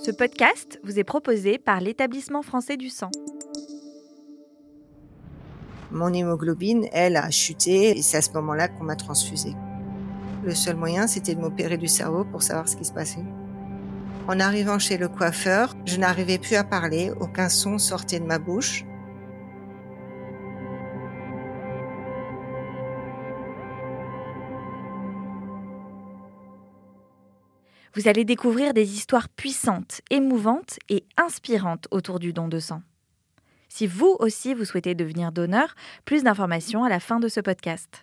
Ce podcast vous est proposé par l'Établissement français du sang. Mon hémoglobine, elle, a chuté et c'est à ce moment-là qu'on m'a transfusée. Le seul moyen, c'était de m'opérer du cerveau pour savoir ce qui se passait. En arrivant chez le coiffeur, je n'arrivais plus à parler, aucun son sortait de ma bouche. Vous allez découvrir des histoires puissantes, émouvantes et inspirantes autour du don de sang. Si vous aussi vous souhaitez devenir donneur, plus d'informations à la fin de ce podcast.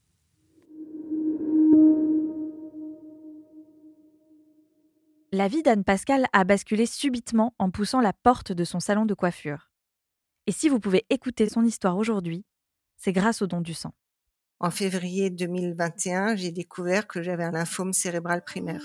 La vie d'Anne Pascal a basculé subitement en poussant la porte de son salon de coiffure. Et si vous pouvez écouter son histoire aujourd'hui, c'est grâce au don du sang. En février 2021, j'ai découvert que j'avais un lymphome cérébral primaire.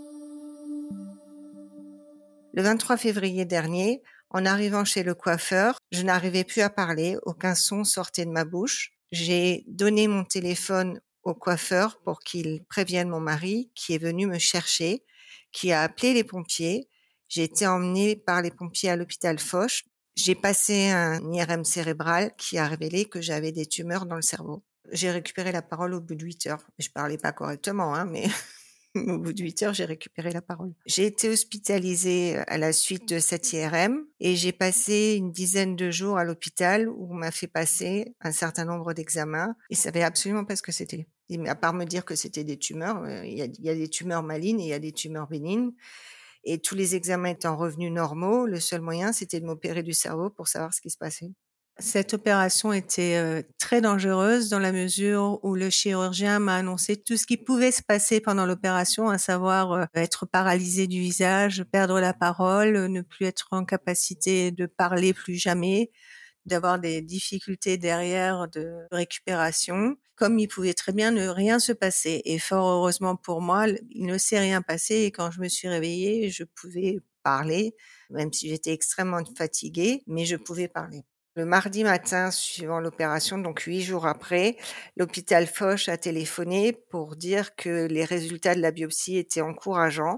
Le 23 février dernier, en arrivant chez le coiffeur, je n'arrivais plus à parler, aucun son sortait de ma bouche. J'ai donné mon téléphone au coiffeur pour qu'il prévienne mon mari qui est venu me chercher, qui a appelé les pompiers. J'ai été emmenée par les pompiers à l'hôpital Foch. J'ai passé un IRM cérébral qui a révélé que j'avais des tumeurs dans le cerveau. J'ai récupéré la parole au bout de 8 heures. Je parlais pas correctement, mais au bout de 8 heures, j'ai récupéré la parole. J'ai été hospitalisée à la suite de cette IRM et j'ai passé une dizaine de jours à l'hôpital où on m'a fait passer un certain nombre d'examens. Ils savaient absolument pas ce que c'était. À part me dire que c'était des tumeurs, il y a des tumeurs malignes et il y a des tumeurs bénignes. Et tous les examens étant revenus normaux, le seul moyen, c'était de m'opérer du cerveau pour savoir ce qui se passait. Cette opération était très dangereuse dans la mesure où le chirurgien m'a annoncé tout ce qui pouvait se passer pendant l'opération, à savoir être paralysé du visage, perdre la parole, ne plus être en capacité de parler plus jamais, d'avoir des difficultés derrière de récupération, comme il pouvait très bien ne rien se passer. Et fort heureusement pour moi, il ne s'est rien passé et quand je me suis réveillée, je pouvais parler, même si j'étais extrêmement fatiguée, mais je pouvais parler. Le mardi matin suivant l'opération, donc 8 jours après, l'hôpital Foch a téléphoné pour dire que les résultats de la biopsie étaient encourageants,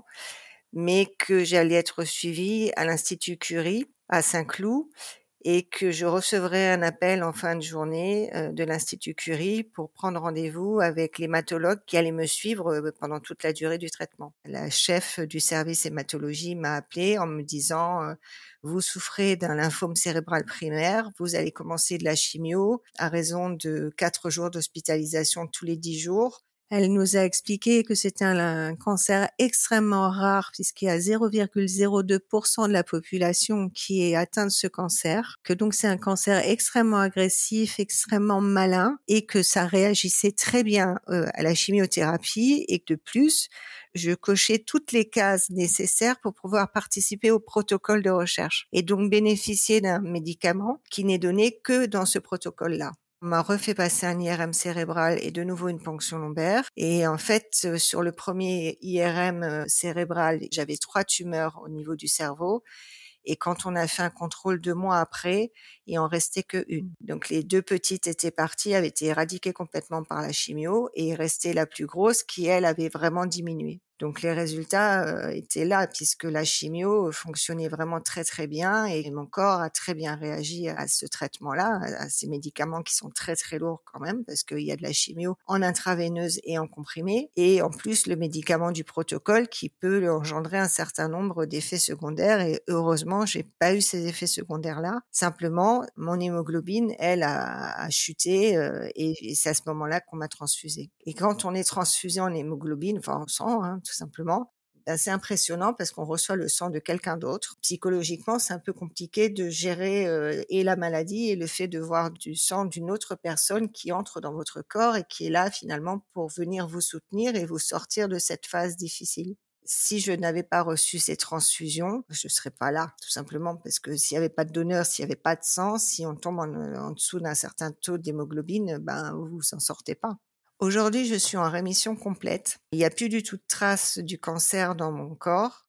mais que j'allais être suivie à l'Institut Curie à Saint-Cloud et que je recevrais un appel en fin de journée de l'Institut Curie pour prendre rendez-vous avec l'hématologue qui allait me suivre pendant toute la durée du traitement. La chef du service hématologie m'a appelée en me disant vous souffrez d'un lymphome cérébral primaire, vous allez commencer de la chimio à raison de 4 jours d'hospitalisation tous les 10 jours. Elle nous a expliqué que c'était un cancer extrêmement rare puisqu'il y a 0,02% de la population qui est atteinte de ce cancer, que donc c'est un cancer extrêmement agressif, extrêmement malin et que ça réagissait très bien à la chimiothérapie et que de plus, je cochais toutes les cases nécessaires pour pouvoir participer au protocole de recherche et donc bénéficier d'un médicament qui n'est donné que dans ce protocole-là. On m'a refait passer un IRM cérébral et de nouveau une ponction lombaire. Et en fait, sur le premier IRM cérébral, j'avais 3 tumeurs au niveau du cerveau. Et quand on a fait un contrôle 2 mois après, il en restait qu'une. Donc les 2 petites étaient parties, avaient été éradiquées complètement par la chimio et il restait la plus grosse qui, elle, avait vraiment diminué. Donc les résultats étaient là puisque la chimio fonctionnait vraiment très très bien et mon corps a très bien réagi à ce traitement-là, à ces médicaments qui sont très très lourds quand même parce qu'il y a de la chimio en intraveineuse et en comprimé et en plus le médicament du protocole qui peut engendrer un certain nombre d'effets secondaires et heureusement j'ai pas eu ces effets secondaires-là. Simplement mon hémoglobine, elle, a chuté et c'est à ce moment-là qu'on m'a transfusée. Et quand on est transfusé en hémoglobine, enfin en sang, tout simplement, c'est impressionnant parce qu'on reçoit le sang de quelqu'un d'autre. Psychologiquement, c'est un peu compliqué de gérer et la maladie et le fait de voir du sang d'une autre personne qui entre dans votre corps et qui est là finalement pour venir vous soutenir et vous sortir de cette phase difficile. Si je n'avais pas reçu ces transfusions, je serais pas là, tout simplement, parce que s'il y avait pas de donneur, s'il y avait pas de sang, si on tombe en dessous d'un certain taux d'hémoglobine, vous vous en sortez pas. Aujourd'hui, je suis en rémission complète. Il n'y a plus du tout de traces du cancer dans mon corps.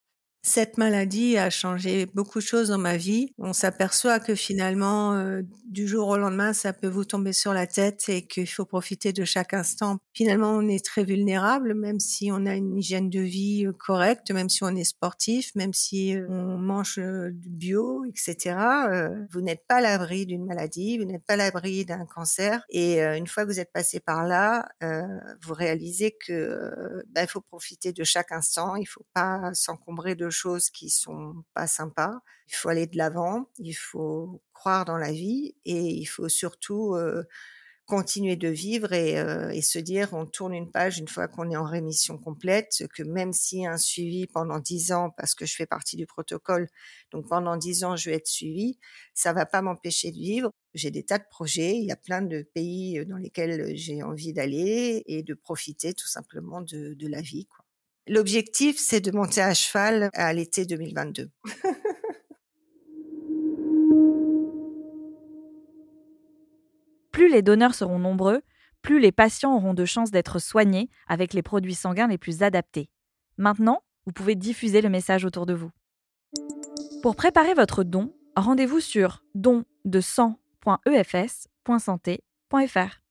Cette maladie a changé beaucoup de choses dans ma vie. On s'aperçoit que finalement, du jour au lendemain, ça peut vous tomber sur la tête et qu'il faut profiter de chaque instant. Finalement, on est très vulnérable, même si on a une hygiène de vie correcte, même si on est sportif, même si on mange du bio, etc. Vous n'êtes pas à l'abri d'une maladie, vous n'êtes pas à l'abri d'un cancer. Et une fois que vous êtes passé par là, vous réalisez que il faut profiter de chaque instant. Il faut pas s'encombrer de choses qui sont pas sympas. Il faut aller de l'avant, il faut croire dans la vie et il faut surtout, continuer de vivre et se dire: «On tourne une page une fois qu'on est en rémission complète», que même s'il y a un suivi pendant 10 ans, parce que je fais partie du protocole, donc pendant 10 ans, je vais être suivie, ça va pas m'empêcher de vivre. J'ai des tas de projets, il y a plein de pays, dans lesquels, j'ai envie d'aller et de profiter tout simplement de la vie, quoi. L'objectif, c'est de monter à cheval à l'été 2022. Plus les donneurs seront nombreux, plus les patients auront de chances d'être soignés avec les produits sanguins les plus adaptés. Maintenant, vous pouvez diffuser le message autour de vous. Pour préparer votre don, rendez-vous sur dondesang.efs.santé.fr.